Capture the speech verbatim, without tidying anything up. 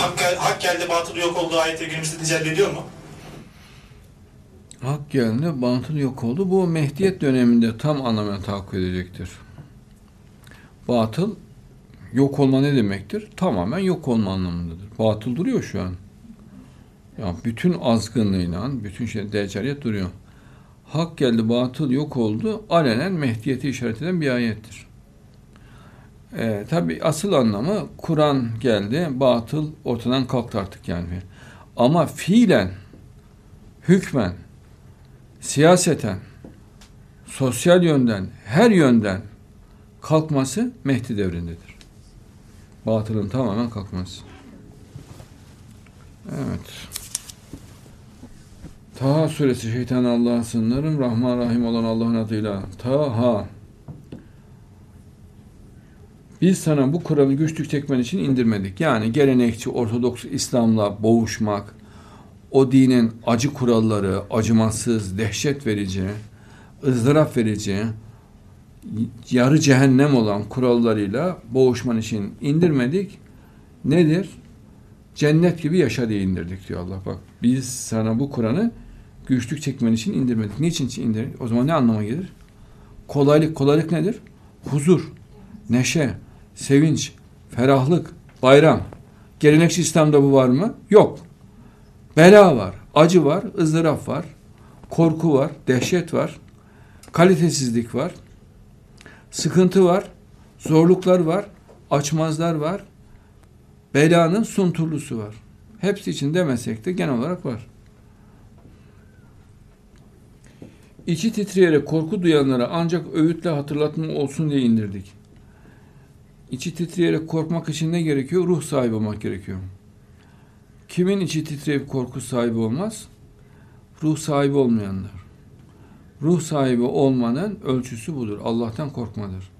hak, gel, hak geldi batıl yok olduğu ayette günümüzde tecelli ediyor mu? Hak geldi, batıl yok oldu. Bu Mehdiyet döneminde tam anlamına tahakkuk edecektir. Batıl yok olma ne demektir? Tamamen yok olma anlamındadır. Batıl duruyor şu an. Ya bütün azgınlığıyla, bütün şey deccaliyet duruyor. Hak geldi, batıl yok oldu. Alenen Mehdiyeti işaret eden bir ayettir. Ee, tabi asıl anlamı Kur'an geldi, batıl ortadan kalktı artık yani. Ama fiilen, hükmen, siyaseten, sosyal yönden, her yönden kalkması Mehdi devrindedir. Batılın tamamen kalkması. Evet. Taha suresi, şeytan Allah'a sığınırım. Rahman Rahim olan Allah'ın adıyla. Taha. Biz sana bu Kur'an'ı güçlük çekmen için indirmedik. Yani gelenekçi, ortodoks İslam'la boğuşmak, o dinin acı kuralları, acımasız, dehşet verici, ızdırap verici, yarı cehennem olan kurallarıyla boğuşman için indirmedik. Nedir? Cennet gibi yaşa diye indirdik diyor Allah. Bak, biz sana bu Kur'an'ı güçlük çekmen için indirmedik. Niçin için indirdik? O zaman ne anlama gelir? Kolaylık. Kolaylık nedir? Huzur, neşe, sevinç, ferahlık, bayram. Gelenekçi İslam'da bu var mı? Yok. Bela var, acı var, ızdırap var, korku var, dehşet var, kalitesizlik var, sıkıntı var, zorluklar var, açmazlar var, belanın sunturlusu var. Hepsi için demesek de genel olarak var. İçi titreyerek korku duyanlara ancak öğütle hatırlatma olsun diye indirdik. İçi titreyerek korkmak için ne gerekiyor? Ruh sahibi olmak gerekiyor. Kimin içi titreyip korku sahibi olmaz? Ruh sahibi olmayanlar. Ruh sahibi olmanın ölçüsü budur. Allah'tan korkmadır.